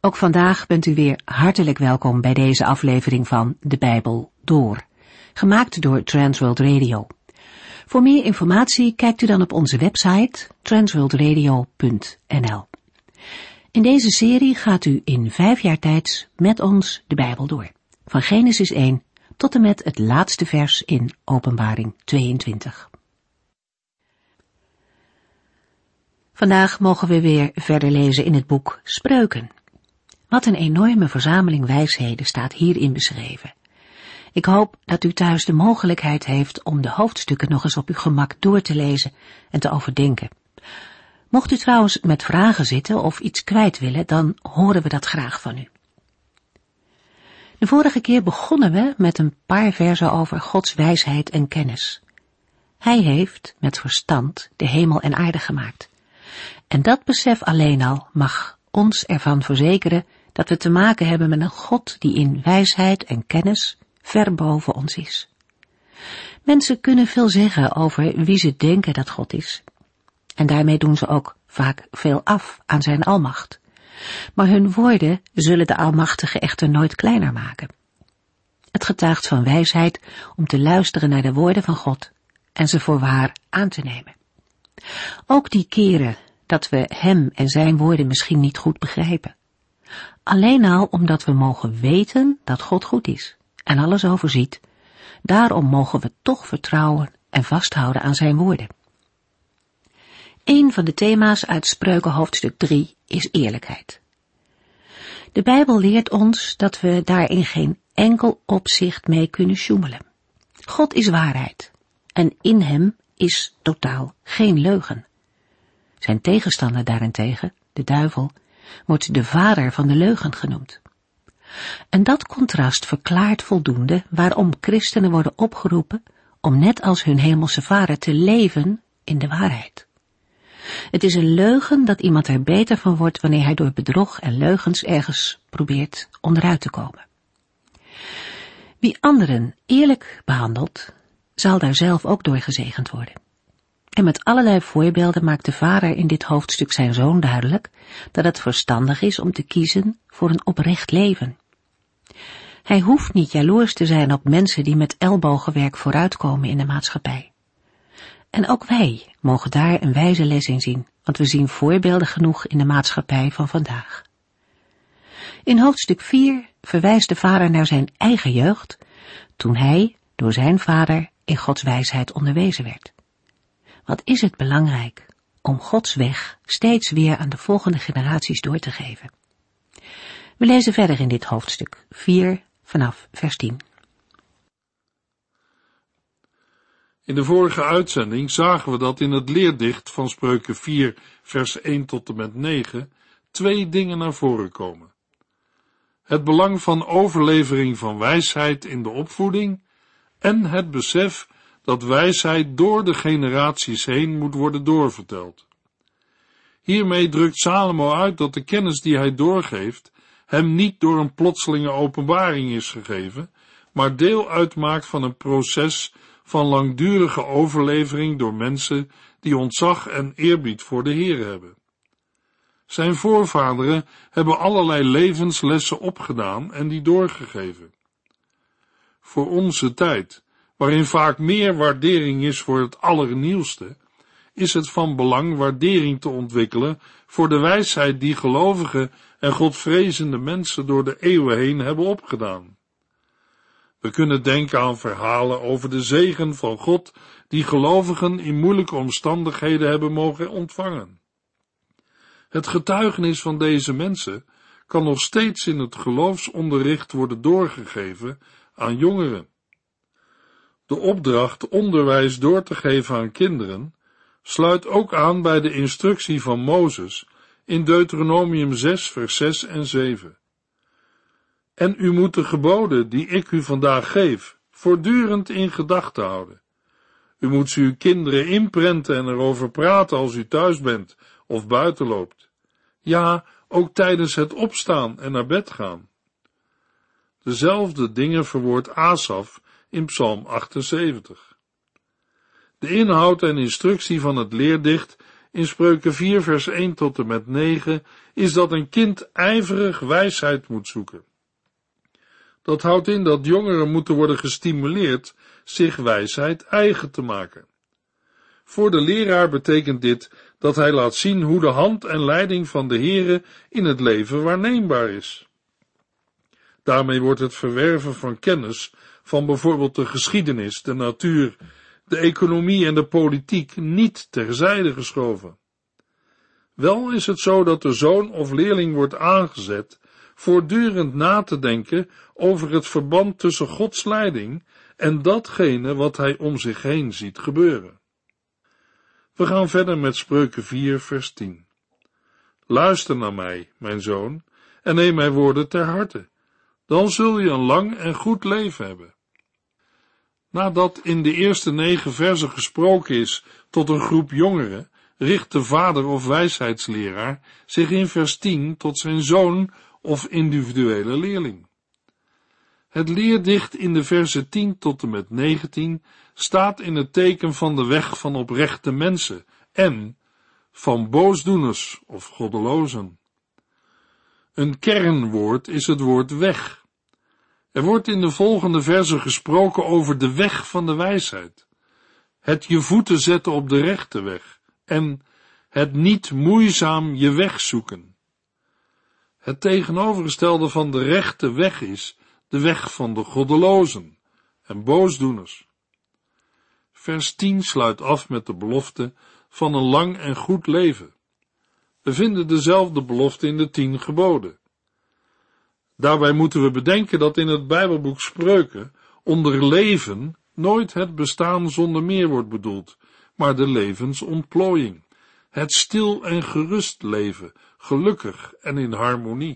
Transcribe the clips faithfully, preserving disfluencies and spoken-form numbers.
Ook vandaag bent u weer hartelijk welkom bij deze aflevering van De Bijbel Door, gemaakt door Transworld Radio. Voor meer informatie kijkt u dan op onze website transworld radio punt n l. In deze serie gaat u in vijf jaar tijd met ons de Bijbel door, van Genesis één tot en met het laatste vers in Openbaring tweeëntwintig. Vandaag mogen we weer verder lezen in het boek Spreuken. Wat een enorme verzameling wijsheden staat hierin beschreven. Ik hoop dat u thuis de mogelijkheid heeft om de hoofdstukken nog eens op uw gemak door te lezen en te overdenken. Mocht u trouwens met vragen zitten of iets kwijt willen, dan horen we dat graag van u. De vorige keer begonnen we met een paar verzen over Gods wijsheid en kennis. Hij heeft met verstand de hemel en aarde gemaakt. En dat besef alleen al mag ons ervan verzekeren dat we te maken hebben met een God die in wijsheid en kennis ver boven ons is. Mensen kunnen veel zeggen over wie ze denken dat God is. En daarmee doen ze ook vaak veel af aan zijn almacht. Maar hun woorden zullen de Almachtige echter nooit kleiner maken. Het getuigt van wijsheid om te luisteren naar de woorden van God en ze voor waar aan te nemen. Ook die keren dat we hem en zijn woorden misschien niet goed begrijpen. Alleen al omdat we mogen weten dat God goed is en alles overziet, daarom mogen we toch vertrouwen en vasthouden aan zijn woorden. Een van de thema's uit Spreuken hoofdstuk drie is eerlijkheid. De Bijbel leert ons dat we daar in geen enkel opzicht mee kunnen sjoemelen. God is waarheid en in hem is totaal geen leugen. Zijn tegenstander daarentegen, de duivel, wordt de vader van de leugen genoemd. En dat contrast verklaart voldoende waarom christenen worden opgeroepen om net als hun hemelse vader te leven in de waarheid. Het is een leugen dat iemand er beter van wordt wanneer hij door bedrog en leugens ergens probeert onderuit te komen. Wie anderen eerlijk behandelt, zal daar zelf ook door gezegend worden. En met allerlei voorbeelden maakt de vader in dit hoofdstuk zijn zoon duidelijk dat het verstandig is om te kiezen voor een oprecht leven. Hij hoeft niet jaloers te zijn op mensen die met ellebogenwerk vooruitkomen in de maatschappij. En ook wij mogen daar een wijze les in zien, want we zien voorbeelden genoeg in de maatschappij van vandaag. In hoofdstuk vier verwijst de vader naar zijn eigen jeugd, toen hij door zijn vader in Gods wijsheid onderwezen werd. Wat is het belangrijk om Gods weg steeds weer aan de volgende generaties door te geven. We lezen verder in dit hoofdstuk vier vanaf vers tien. In de vorige uitzending zagen we dat in het leerdicht van Spreuken vier vers één tot en met negen twee dingen naar voren komen. Het belang van overlevering van wijsheid in de opvoeding en het besef dat wijsheid door de generaties heen moet worden doorverteld. Hiermee drukt Salomo uit dat de kennis die hij doorgeeft hem niet door een plotselinge openbaring is gegeven, maar deel uitmaakt van een proces van langdurige overlevering door mensen die ontzag en eerbied voor de Heer hebben. Zijn voorvaderen hebben allerlei levenslessen opgedaan en die doorgegeven. Voor onze tijd, waarin vaak meer waardering is voor het allernieuwste, is het van belang waardering te ontwikkelen voor de wijsheid die gelovige en godvrezende mensen door de eeuwen heen hebben opgedaan. We kunnen denken aan verhalen over de zegen van God die gelovigen in moeilijke omstandigheden hebben mogen ontvangen. Het getuigenis van deze mensen kan nog steeds in het geloofsonderricht worden doorgegeven aan jongeren. De opdracht onderwijs door te geven aan kinderen sluit ook aan bij de instructie van Mozes in Deuteronomium zes vers zes en zeven. En u moet de geboden die ik u vandaag geef voortdurend in gedachten houden. U moet ze uw kinderen inprenten en erover praten als u thuis bent of buiten loopt. Ja, ook tijdens het opstaan en naar bed gaan. Dezelfde dingen verwoordt Asaf in Psalm achtenzeventig. De inhoud en instructie van het leerdicht in Spreuken vier vers één tot en met negen is dat een kind ijverig wijsheid moet zoeken. Dat houdt in dat jongeren moeten worden gestimuleerd zich wijsheid eigen te maken. Voor de leraar betekent dit dat hij laat zien hoe de hand en leiding van de Heere in het leven waarneembaar is. Daarmee wordt het verwerven van kennis van bijvoorbeeld de geschiedenis, de natuur, de economie en de politiek niet terzijde geschoven. Wel is het zo dat de zoon of leerling wordt aangezet voortdurend na te denken over het verband tussen Gods leiding en datgene wat hij om zich heen ziet gebeuren. We gaan verder met Spreuken vier vers tien. Luister naar mij, mijn zoon, en neem mijn woorden ter harte. Dan zul je een lang en goed leven hebben. Nadat in de eerste negen versen gesproken is tot een groep jongeren, richt de vader of wijsheidsleraar zich in vers tien tot zijn zoon of individuele leerling. Het leerdicht in de versen tien tot en met negentien staat in het teken van de weg van oprechte mensen en van boosdoeners of goddelozen. Een kernwoord is het woord weg. Er wordt in de volgende versen gesproken over de weg van de wijsheid, het je voeten zetten op de rechte weg en het niet moeizaam je weg zoeken. Het tegenovergestelde van de rechte weg is de weg van de goddelozen en boosdoeners. Vers tien sluit af met de belofte van een lang en goed leven. We vinden dezelfde belofte in de tien geboden. Daarbij moeten we bedenken dat in het Bijbelboek Spreuken onder leven nooit het bestaan zonder meer wordt bedoeld, maar de levensontplooiing, het stil en gerust leven, gelukkig en in harmonie.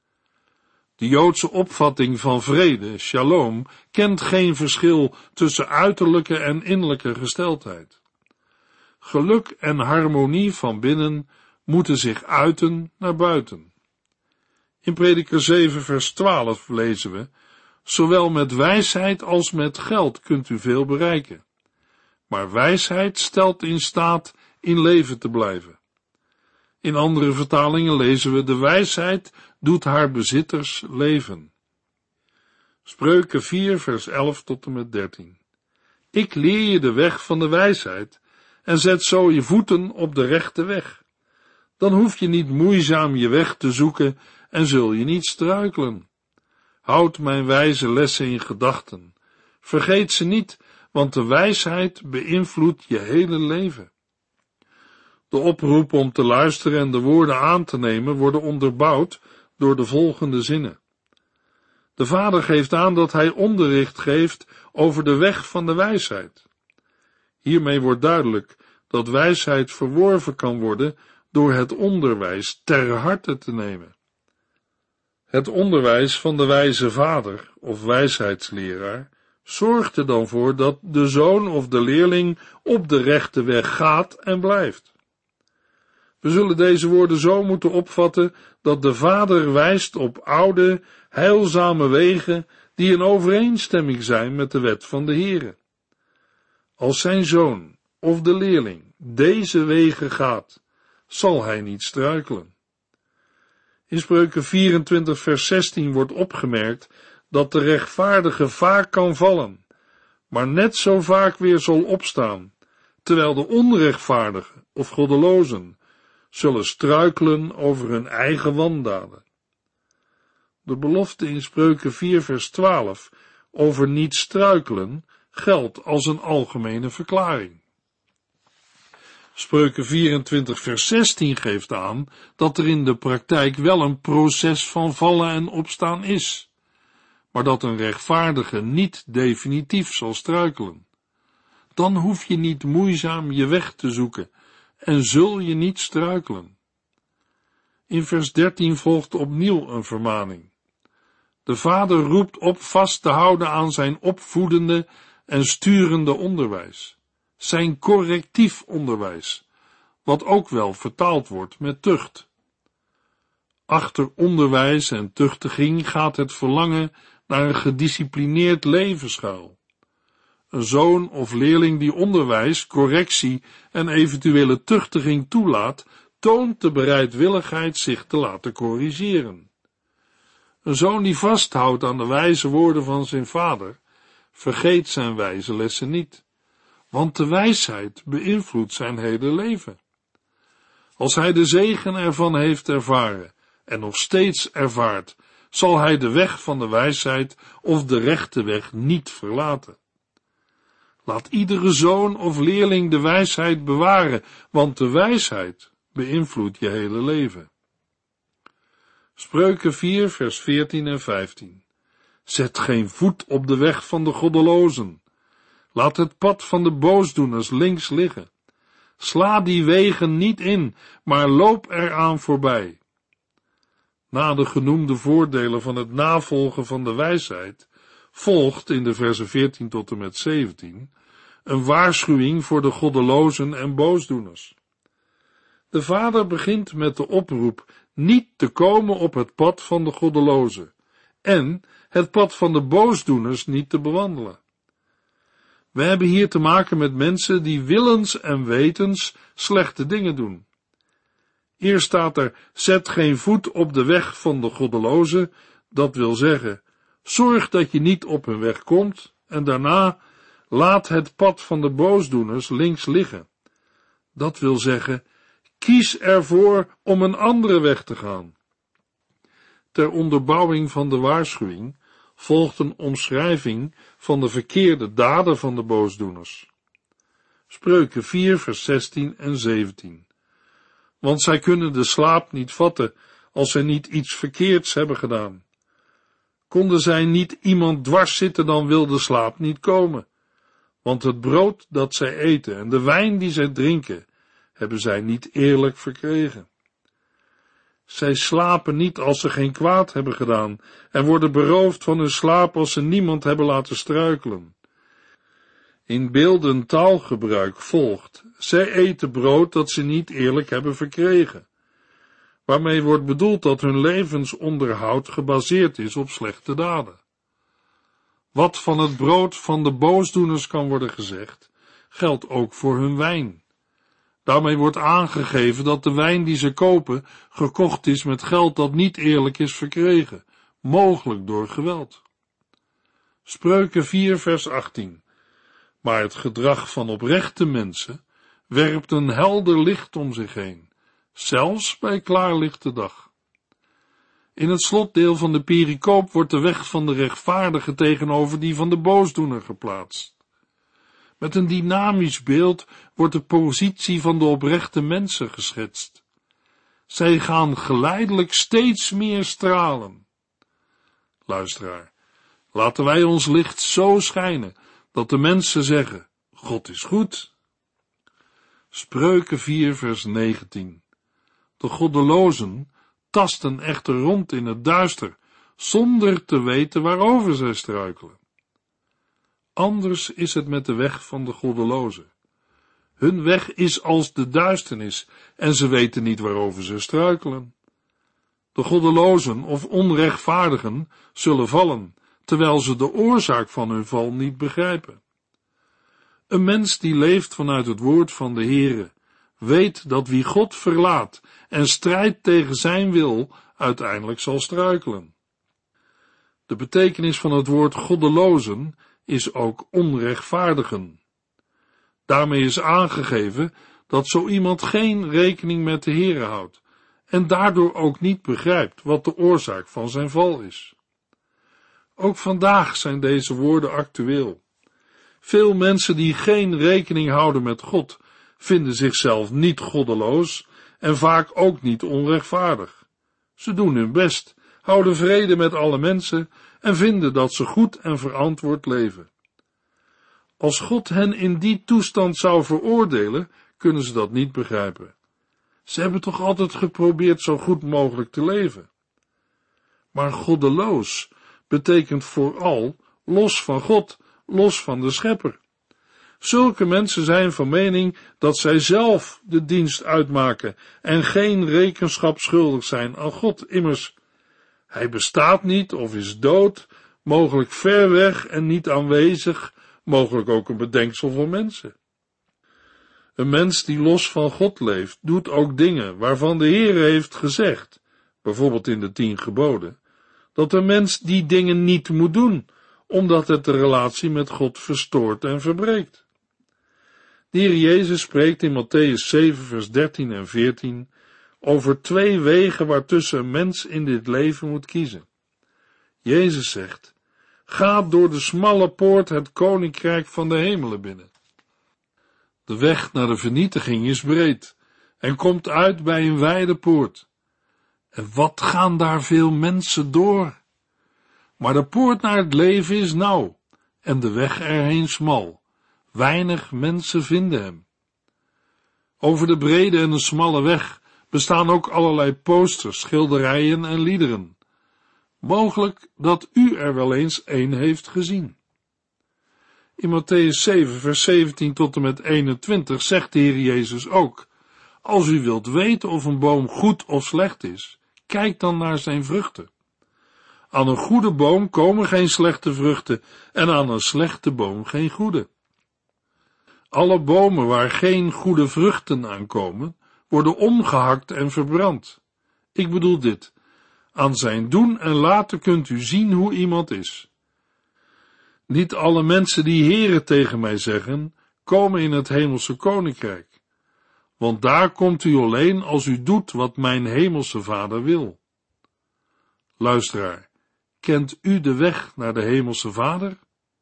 De Joodse opvatting van vrede, shalom, kent geen verschil tussen uiterlijke en innerlijke gesteldheid. Geluk en harmonie van binnen moeten zich uiten naar buiten. In Prediker zeven vers twaalf lezen we, zowel met wijsheid als met geld kunt u veel bereiken. Maar wijsheid stelt in staat in leven te blijven. In andere vertalingen lezen we, de wijsheid doet haar bezitters leven. Spreuken vier vers elf tot en met dertien. Ik leer je de weg van de wijsheid en zet zo je voeten op de rechte weg. Dan hoef je niet moeizaam je weg te zoeken en zul je niet struikelen. Houd mijn wijze lessen in gedachten. Vergeet ze niet, want de wijsheid beïnvloedt je hele leven. De oproep om te luisteren en de woorden aan te nemen worden onderbouwd door de volgende zinnen. De vader geeft aan dat hij onderricht geeft over de weg van de wijsheid. Hiermee wordt duidelijk dat wijsheid verworven kan worden door het onderwijs ter harte te nemen. Het onderwijs van de wijze vader of wijsheidsleraar zorgt er dan voor dat de zoon of de leerling op de rechte weg gaat en blijft. We zullen deze woorden zo moeten opvatten dat de vader wijst op oude, heilzame wegen die in overeenstemming zijn met de wet van de Heere. Als zijn zoon of de leerling deze wegen gaat, zal hij niet struikelen. In Spreuken vierentwintig vers zestien wordt opgemerkt dat de rechtvaardige vaak kan vallen, maar net zo vaak weer zal opstaan, terwijl de onrechtvaardigen of goddelozen zullen struikelen over hun eigen wandaden. De belofte in Spreuken vier vers twaalf over niet struikelen geldt als een algemene verklaring. Spreuken vierentwintig vers zestien geeft aan dat er in de praktijk wel een proces van vallen en opstaan is, maar dat een rechtvaardige niet definitief zal struikelen. Dan hoef je niet moeizaam je weg te zoeken en zul je niet struikelen. In vers dertien volgt opnieuw een vermaning. De vader roept op vast te houden aan zijn opvoedende en sturende onderwijs, zijn correctief onderwijs, wat ook wel vertaald wordt met tucht. Achter onderwijs en tuchtiging gaat het verlangen naar een gedisciplineerd leven schuil. Een zoon of leerling die onderwijs, correctie en eventuele tuchtiging toelaat, toont de bereidwilligheid zich te laten corrigeren. Een zoon die vasthoudt aan de wijze woorden van zijn vader, vergeet zijn wijze lessen niet, want de wijsheid beïnvloedt zijn hele leven. Als hij de zegen ervan heeft ervaren en nog steeds ervaart, zal hij de weg van de wijsheid of de rechte weg niet verlaten. Laat iedere zoon of leerling de wijsheid bewaren, want de wijsheid beïnvloedt je hele leven. Spreuken vier, vers veertien en vijftien. Zet geen voet op de weg van de goddelozen. Laat het pad van de boosdoeners links liggen. Sla die wegen niet in, maar loop eraan voorbij. Na de genoemde voordelen van het navolgen van de wijsheid, volgt in de versen veertien tot en met zeventien een waarschuwing voor de goddelozen en boosdoeners. De vader begint met de oproep niet te komen op het pad van de goddelozen en het pad van de boosdoeners niet te bewandelen. We hebben hier te maken met mensen die willens en wetens slechte dingen doen. Eerst staat er, zet geen voet op de weg van de goddelozen, dat wil zeggen, zorg dat je niet op hun weg komt, en daarna, laat het pad van de boosdoeners links liggen. Dat wil zeggen, kies ervoor om een andere weg te gaan. Ter onderbouwing van de waarschuwing volgt een omschrijving van de verkeerde daden van de boosdoeners. Spreuken vier, vers zestien en zeventien. Want zij kunnen de slaap niet vatten als zij niet iets verkeerds hebben gedaan. Konden zij niet iemand dwars zitten, dan wil de slaap niet komen. Want het brood dat zij eten en de wijn die zij drinken, hebben zij niet eerlijk verkregen. Zij slapen niet als ze geen kwaad hebben gedaan en worden beroofd van hun slaap als ze niemand hebben laten struikelen. In beeldend taalgebruik volgt, zij eten brood dat ze niet eerlijk hebben verkregen, waarmee wordt bedoeld dat hun levensonderhoud gebaseerd is op slechte daden. Wat van het brood van de boosdoeners kan worden gezegd, geldt ook voor hun wijn. Daarmee wordt aangegeven dat de wijn die ze kopen gekocht is met geld dat niet eerlijk is verkregen, mogelijk door geweld. Spreuken vier, vers achttien. Maar het gedrag van oprechte mensen werpt een helder licht om zich heen, zelfs bij klaarlichte dag. In het slotdeel van de pericoop wordt de weg van de rechtvaardige tegenover die van de boosdoener geplaatst. Met een dynamisch beeld wordt de positie van de oprechte mensen geschetst. Zij gaan geleidelijk steeds meer stralen. Luisteraar, laten wij ons licht zo schijnen, dat de mensen zeggen, God is goed. Spreuken vier, vers negentien. De goddelozen tasten echter rond in het duister, zonder te weten waarover zij struikelen. Anders is het met de weg van de goddelozen. Hun weg is als de duisternis, en ze weten niet waarover ze struikelen. De goddelozen of onrechtvaardigen zullen vallen, terwijl ze de oorzaak van hun val niet begrijpen. Een mens die leeft vanuit het woord van de Heere, weet dat wie God verlaat en strijdt tegen zijn wil, uiteindelijk zal struikelen. De betekenis van het woord goddelozen is ook onrechtvaardigen. Daarmee is aangegeven dat zo iemand geen rekening met de Heere houdt en daardoor ook niet begrijpt wat de oorzaak van zijn val is. Ook vandaag zijn deze woorden actueel. Veel mensen die geen rekening houden met God, vinden zichzelf niet goddeloos en vaak ook niet onrechtvaardig. Ze doen hun best, houden vrede met alle mensen en vinden dat ze goed en verantwoord leven. Als God hen in die toestand zou veroordelen, kunnen ze dat niet begrijpen. Ze hebben toch altijd geprobeerd zo goed mogelijk te leven. Maar goddeloos betekent vooral los van God, los van de Schepper. Zulke mensen zijn van mening dat zij zelf de dienst uitmaken en geen rekenschap schuldig zijn aan God. Immers, hij bestaat niet of is dood, mogelijk ver weg en niet aanwezig, mogelijk ook een bedenksel van mensen. Een mens die los van God leeft, doet ook dingen waarvan de Heer heeft gezegd, bijvoorbeeld in de tien geboden, dat een mens die dingen niet moet doen, omdat het de relatie met God verstoort en verbreekt. De Heer Jezus spreekt in Mattheüs zeven vers dertien en veertien over twee wegen waartussen een mens in dit leven moet kiezen. Jezus zegt, ga door de smalle poort het koninkrijk van de hemelen binnen. De weg naar de vernietiging is breed en komt uit bij een wijde poort. En wat gaan daar veel mensen door? Maar de poort naar het leven is nauw en de weg erheen smal. Weinig mensen vinden hem. Over de brede en de smalle weg bestaan ook allerlei posters, schilderijen en liederen. Mogelijk dat u er wel eens een heeft gezien. In Mattheüs zeven vers zeventien tot en met eenentwintig zegt de Heer Jezus ook, als u wilt weten of een boom goed of slecht is, kijk dan naar zijn vruchten. Aan een goede boom komen geen slechte vruchten en aan een slechte boom geen goede. Alle bomen waar geen goede vruchten aan komen, worden omgehakt en verbrand. Ik bedoel dit, aan zijn doen en laten kunt u zien hoe iemand is. Niet alle mensen die Heere tegen mij zeggen, komen in het hemelse koninkrijk, want daar komt u alleen als u doet wat mijn hemelse Vader wil. Luisteraar, kent u de weg naar de hemelse Vader?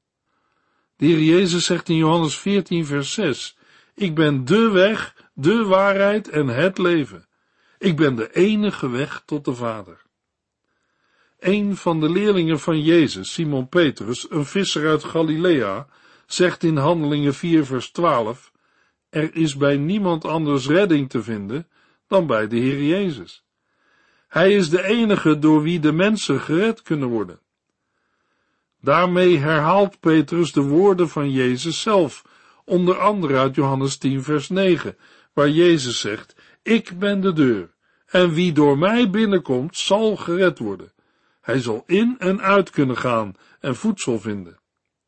De Heer Jezus zegt in Johannes veertien vers zes, ik ben de weg, de waarheid en het leven. Ik ben de enige weg tot de Vader. Een van de leerlingen van Jezus, Simon Petrus, een visser uit Galilea, zegt in Handelingen vier vers twaalf, er is bij niemand anders redding te vinden dan bij de Heer Jezus. Hij is de enige door wie de mensen gered kunnen worden. Daarmee herhaalt Petrus de woorden van Jezus zelf, onder andere uit Johannes tien vers negen, waar Jezus zegt, ik ben de deur, en wie door mij binnenkomt, zal gered worden. Hij zal in en uit kunnen gaan en voedsel vinden.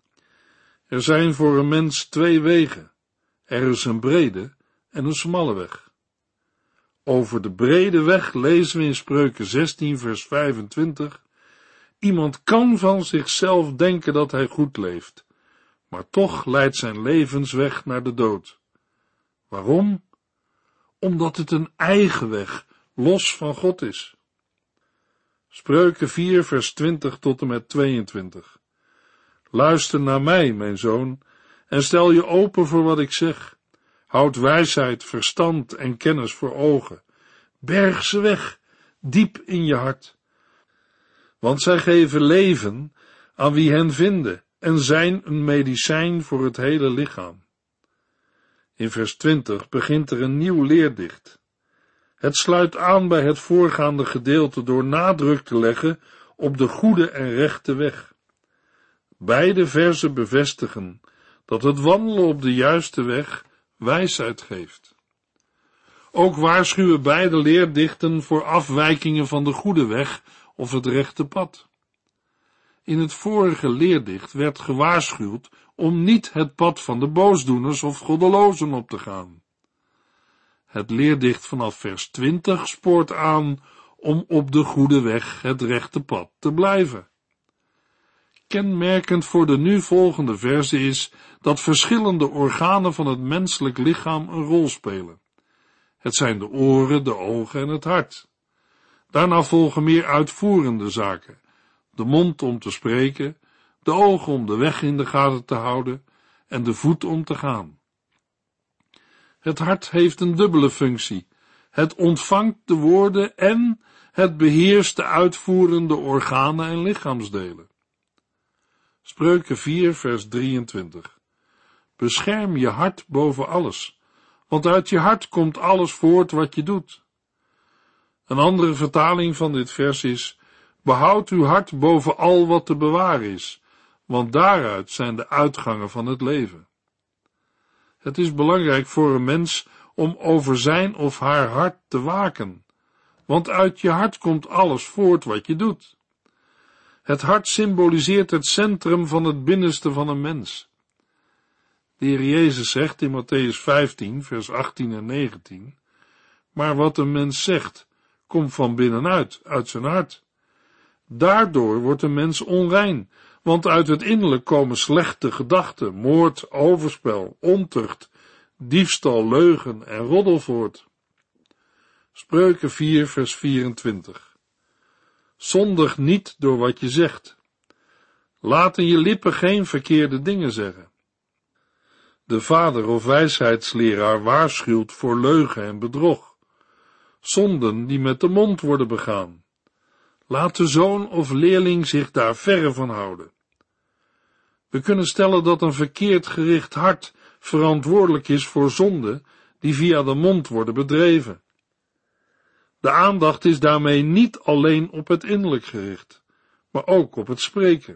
Er zijn voor een mens twee wegen. Er is een brede en een smalle weg. Over de brede weg lezen we in Spreuken zestien vers vijfentwintig, iemand kan van zichzelf denken dat hij goed leeft, maar toch leidt zijn levensweg naar de dood. Waarom? Omdat het een eigen weg, los van God is. Spreuken vier vers twintig tot en met tweeëntwintig. Luister naar mij, mijn zoon, en stel je open voor wat ik zeg. Houd wijsheid, verstand en kennis voor ogen. Berg ze weg, diep in je hart. Want zij geven leven aan wie hen vinden en zijn een medicijn voor het hele lichaam. In vers twintig begint er een nieuw leerdicht. Het sluit aan bij het voorgaande gedeelte door nadruk te leggen op de goede en rechte weg. Beide verzen bevestigen dat het wandelen op de juiste weg wijsheid geeft. Ook waarschuwen beide leerdichten voor afwijkingen van de goede weg of het rechte pad. In het vorige leerdicht werd gewaarschuwd om niet het pad van de boosdoeners of goddelozen op te gaan. Het leerdicht vanaf vers twintig spoort aan om op de goede weg, het rechte pad, te blijven. Kenmerkend voor de nu volgende verse is dat verschillende organen van het menselijk lichaam een rol spelen. Het zijn de oren, de ogen en het hart. Daarna volgen meer uitvoerende zaken. De mond om te spreken, de ogen om de weg in de gaten te houden en de voet om te gaan. Het hart heeft een dubbele functie. Het ontvangt de woorden en het beheerst de uitvoerende organen en lichaamsdelen. Spreuken vier vers drieëntwintig. Bescherm je hart boven alles, want uit je hart komt alles voort wat je doet. Een andere vertaling van dit vers is, behoud uw hart boven al wat te bewaren is, want daaruit zijn de uitgangen van het leven. Het is belangrijk voor een mens om over zijn of haar hart te waken, want uit je hart komt alles voort wat je doet. Het hart symboliseert het centrum van het binnenste van een mens. De Heer Jezus zegt in Mattheüs vijftien, vers achttien en negentien, maar wat een mens zegt, komt van binnenuit, uit zijn hart. Daardoor wordt een mens onrein, want uit het innerlijk komen slechte gedachten, moord, overspel, ontucht, diefstal, leugen en roddel voort. Spreuken vier, vers vierentwintig. Zondig niet door wat je zegt. Laten je lippen geen verkeerde dingen zeggen. De vader of wijsheidsleraar waarschuwt voor leugen en bedrog, zonden die met de mond worden begaan. Laat de zoon of leerling zich daar verre van houden. We kunnen stellen dat een verkeerd gericht hart verantwoordelijk is voor zonden die via de mond worden bedreven. De aandacht is daarmee niet alleen op het innerlijk gericht, maar ook op het spreken.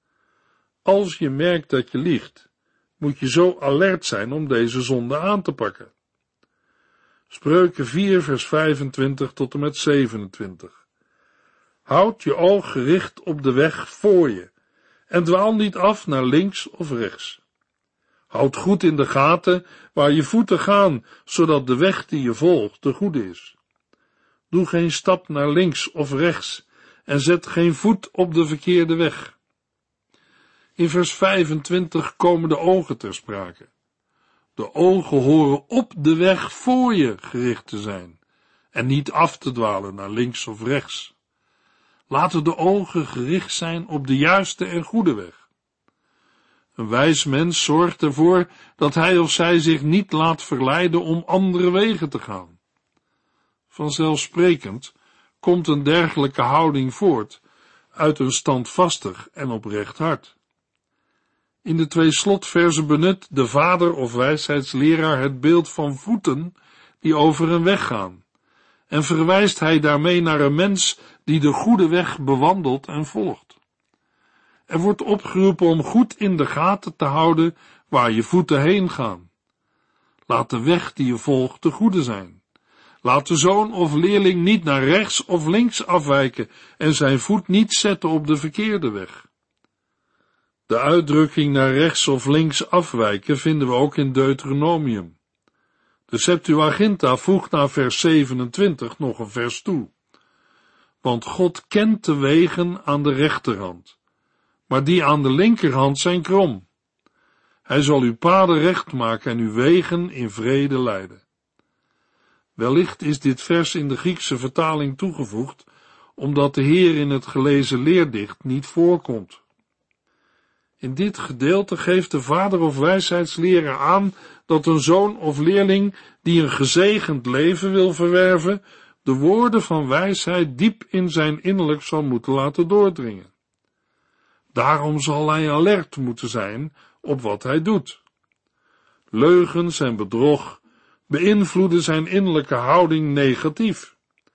Als je merkt dat je liegt, moet je zo alert zijn om deze zonde aan te pakken. Spreuken vier, vers vijfentwintig tot en met zevenentwintig. Houd je oog gericht op de weg voor je en dwaal niet af naar links of rechts. Houd goed in de gaten waar je voeten gaan, zodat de weg die je volgt de goede is. Doe geen stap naar links of rechts en zet geen voet op de verkeerde weg. In vers vijfentwintig komen de ogen ter sprake. De ogen horen op de weg voor je gericht te zijn en niet af te dwalen naar links of rechts. Laten de ogen gericht zijn op de juiste en goede weg. Een wijs mens zorgt ervoor dat hij of zij zich niet laat verleiden om andere wegen te gaan. Vanzelfsprekend komt een dergelijke houding voort uit een standvastig en oprecht hart. In de twee slotverzen benut de vader of wijsheidsleraar het beeld van voeten die over een weg gaan, en verwijst hij daarmee naar een mens die de goede weg bewandelt en volgt. Er wordt opgeroepen om goed in de gaten te houden waar je voeten heen gaan. Laat de weg die je volgt de goede zijn. Laat de zoon of leerling niet naar rechts of links afwijken en zijn voet niet zetten op de verkeerde weg. De uitdrukking naar rechts of links afwijken vinden we ook in Deuteronomium. De Septuaginta voegt na vers zevenentwintig nog een vers toe. Want God kent de wegen aan de rechterhand, maar die aan de linkerhand zijn krom. Hij zal uw paden recht maken en uw wegen in vrede leiden. Wellicht is dit vers in de Griekse vertaling toegevoegd, omdat de Heer in het gelezen leerdicht niet voorkomt. In dit gedeelte geeft de vader of wijsheidsleraar aan dat een zoon of leerling die een gezegend leven wil verwerven, de woorden van wijsheid diep in zijn innerlijk zal moeten laten doordringen. Daarom zal hij alert moeten zijn op wat hij doet. Leugens en bedrog beïnvloeden zijn innerlijke houding negatief.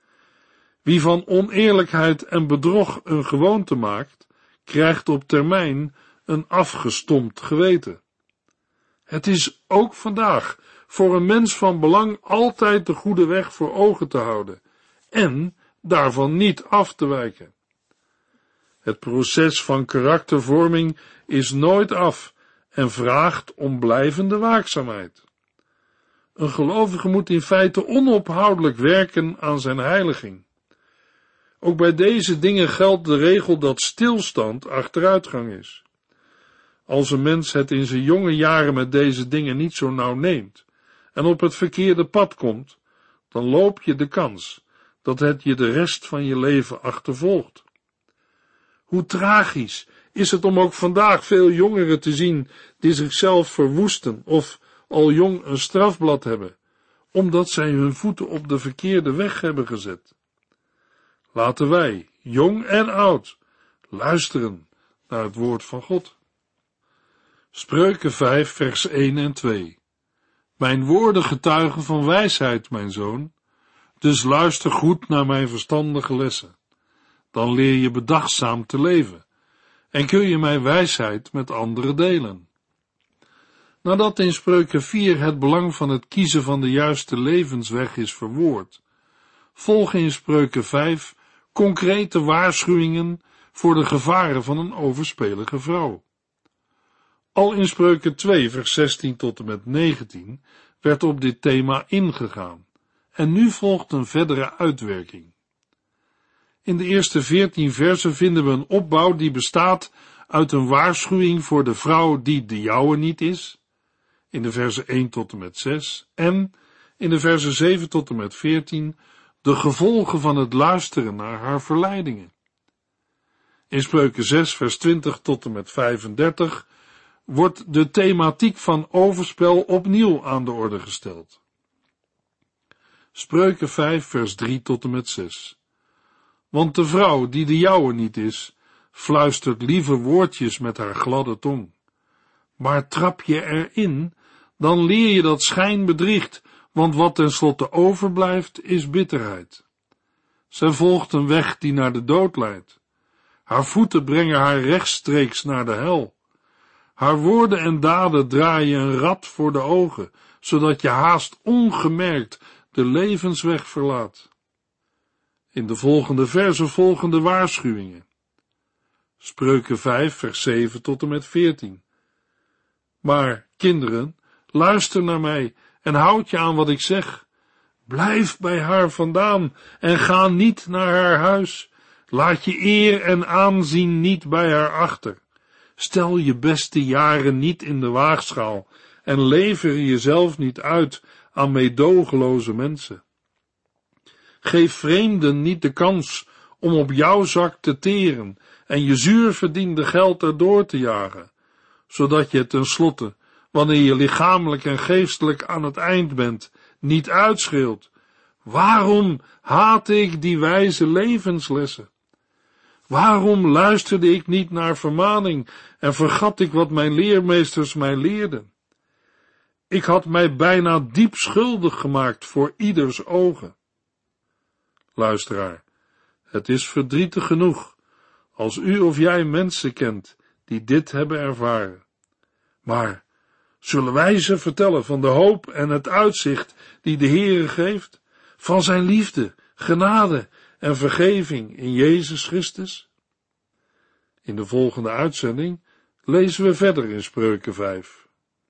Wie van oneerlijkheid en bedrog een gewoonte maakt, krijgt op termijn een afgestompt geweten. Het is ook vandaag voor een mens van belang altijd de goede weg voor ogen te houden en daarvan niet af te wijken. Het proces van karaktervorming is nooit af en vraagt om blijvende waakzaamheid. Een gelovige moet in feite onophoudelijk werken aan zijn heiliging. Ook bij deze dingen geldt de regel dat stilstand achteruitgang is. Als een mens het in zijn jonge jaren met deze dingen niet zo nauw neemt en op het verkeerde pad komt, dan loop je de kans dat het je de rest van je leven achtervolgt. Hoe tragisch is het om ook vandaag veel jongeren te zien die zichzelf verwoesten of al jong een strafblad hebben, omdat zij hun voeten op de verkeerde weg hebben gezet. Laten wij, jong en oud, luisteren naar het woord van God. Spreuken vijf, vers één en twee. Mijn woorden getuigen van wijsheid, mijn zoon, dus luister goed naar mijn verstandige lessen. Dan leer je bedachtzaam te leven en kun je mijn wijsheid met anderen delen. Nadat in Spreuken vier het belang van het kiezen van de juiste levensweg is verwoord, volgen in Spreuken vijf concrete waarschuwingen voor de gevaren van een overspelige vrouw. Al in Spreuken twee, vers zestien tot en met negentien werd op dit thema ingegaan, en nu volgt een verdere uitwerking. In de eerste veertien versen vinden we een opbouw die bestaat uit een waarschuwing voor de vrouw die de jouwe niet is, in de versen één tot en met zes, en in de versen zeven tot en met veertien de gevolgen van het luisteren naar haar verleidingen. In Spreuken zes, vers twintig tot en met vijfendertig wordt de thematiek van overspel opnieuw aan de orde gesteld. Spreuken vijf, vers drie tot en met zes. Want de vrouw die de jouwe niet is, fluistert lieve woordjes met haar gladde tong. Maar trap je erin, dan leer je dat schijn bedriegt, want wat tenslotte overblijft is bitterheid. Zij volgt een weg die naar de dood leidt. Haar voeten brengen haar rechtstreeks naar de hel. Haar woorden en daden draaien een rad voor de ogen, zodat je haast ongemerkt de levensweg verlaat. In de volgende verzen volgen de waarschuwingen. Spreuken vijf, vers zeven tot en met veertien. Maar, kinderen, luister naar mij en houd je aan wat ik zeg. Blijf bij haar vandaan en ga niet naar haar huis. Laat je eer en aanzien niet bij haar achter. Stel je beste jaren niet in de waagschaal en lever jezelf niet uit aan meedogenloze mensen. Geef vreemden niet de kans om op jouw zak te teren en je zuur verdiende geld erdoor te jagen, zodat je tenslotte, wanneer je lichamelijk en geestelijk aan het eind bent, niet uitschreeuwt: waarom haatte ik die wijze levenslessen? Waarom luisterde ik niet naar vermaning en vergat ik wat mijn leermeesters mij leerden? Ik had mij bijna diep schuldig gemaakt voor ieders ogen. Luisteraar, het is verdrietig genoeg als u of jij mensen kent die dit hebben ervaren. Maar zullen wij ze vertellen van de hoop en het uitzicht die de Heere geeft, van zijn liefde, genade en vergeving in Jezus Christus? In de volgende uitzending lezen we verder in Spreuken vijf.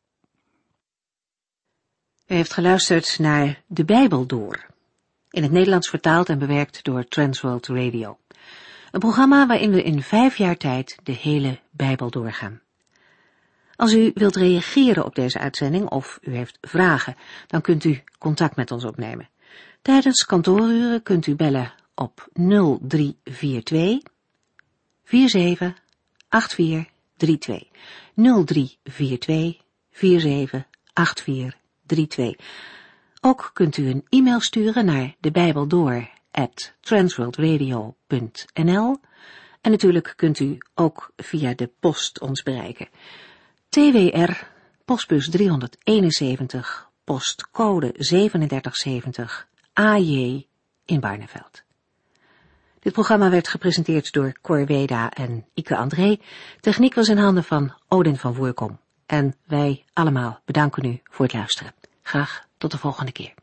U heeft geluisterd naar De Bijbel Door, in het Nederlands vertaald en bewerkt door Transworld Radio. Een programma waarin we in vijf jaar tijd de hele Bijbel doorgaan. Als u wilt reageren op deze uitzending of u heeft vragen, dan kunt u contact met ons opnemen. Tijdens kantooruren kunt u bellen op nul drie vier twee, vier zeven acht vier drie twee. nul drie vier twee, vier zeven acht vier drie twee. Ook kunt u een e-mail sturen naar debijbeldoor at transworldradio punt n l en natuurlijk kunt u ook via de post ons bereiken. T W R, postbus driehonderdeenenzeventig, postcode zevenendertig zeventig, A J in Barneveld. Dit programma werd gepresenteerd door Cor Weda en Ike André. Techniek was in handen van Odin van Voerkom. En wij allemaal bedanken u voor het luisteren. Graag tot de volgende keer.